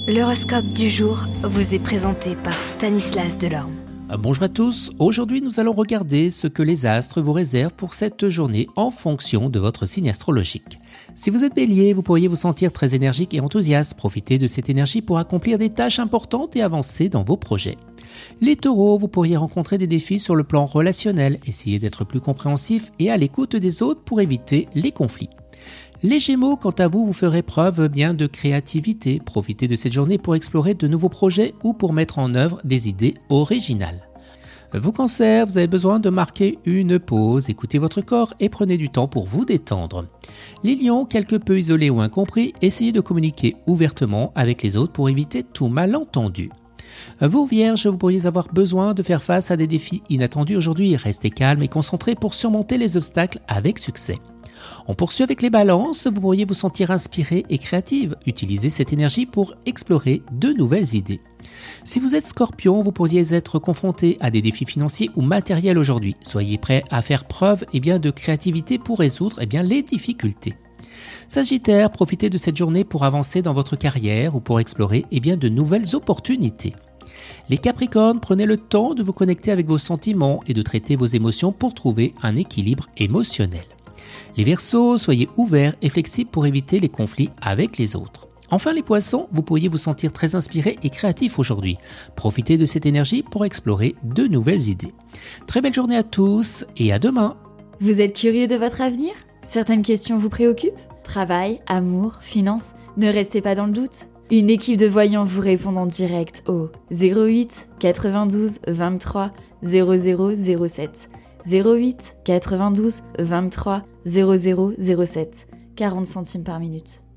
L'horoscope du jour vous est présenté par Stanislas Delorme. Bonjour à tous, aujourd'hui nous allons regarder ce que les astres vous réservent pour cette journée en fonction de votre signe astrologique. Si vous êtes Bélier, vous pourriez vous sentir très énergique et enthousiaste, profitez de cette énergie pour accomplir des tâches importantes et avancer dans vos projets. Les Taureaux, vous pourriez rencontrer des défis sur le plan relationnel, essayez d'être plus compréhensif et à l'écoute des autres pour éviter les conflits. Les Gémeaux, quant à vous, vous ferez preuve bien de créativité. Profitez de cette journée pour explorer de nouveaux projets ou pour mettre en œuvre des idées originales. Vous Cancers, vous avez besoin de marquer une pause, écoutez votre corps et prenez du temps pour vous détendre. Les Lions, quelque peu isolés ou incompris, essayez de communiquer ouvertement avec les autres pour éviter tout malentendu. Vous Vierges, vous pourriez avoir besoin de faire face à des défis inattendus aujourd'hui. Restez calme et concentré pour surmonter les obstacles avec succès. On poursuit avec les Balances, vous pourriez vous sentir inspiré et créative. Utilisez cette énergie pour explorer de nouvelles idées. Si vous êtes Scorpion, vous pourriez être confronté à des défis financiers ou matériels aujourd'hui. Soyez prêt à faire preuve de créativité pour résoudre les difficultés. Sagittaire, profitez de cette journée pour avancer dans votre carrière ou pour explorer de nouvelles opportunités. Les Capricornes, prenez le temps de vous connecter avec vos sentiments et de traiter vos émotions pour trouver un équilibre émotionnel. Les Verseaux, soyez ouverts et flexibles pour éviter les conflits avec les autres. Enfin les Poissons, vous pourriez vous sentir très inspiré et créatif aujourd'hui. Profitez de cette énergie pour explorer de nouvelles idées. Très belle journée à tous et à demain. Vous êtes curieux de votre avenir ? Certaines questions vous préoccupent ? Travail, amour, finances ? Ne restez pas dans le doute. Une équipe de voyants vous répond en direct au 08 92 23 0007. 08 92 23 0007, 40 centimes par minute.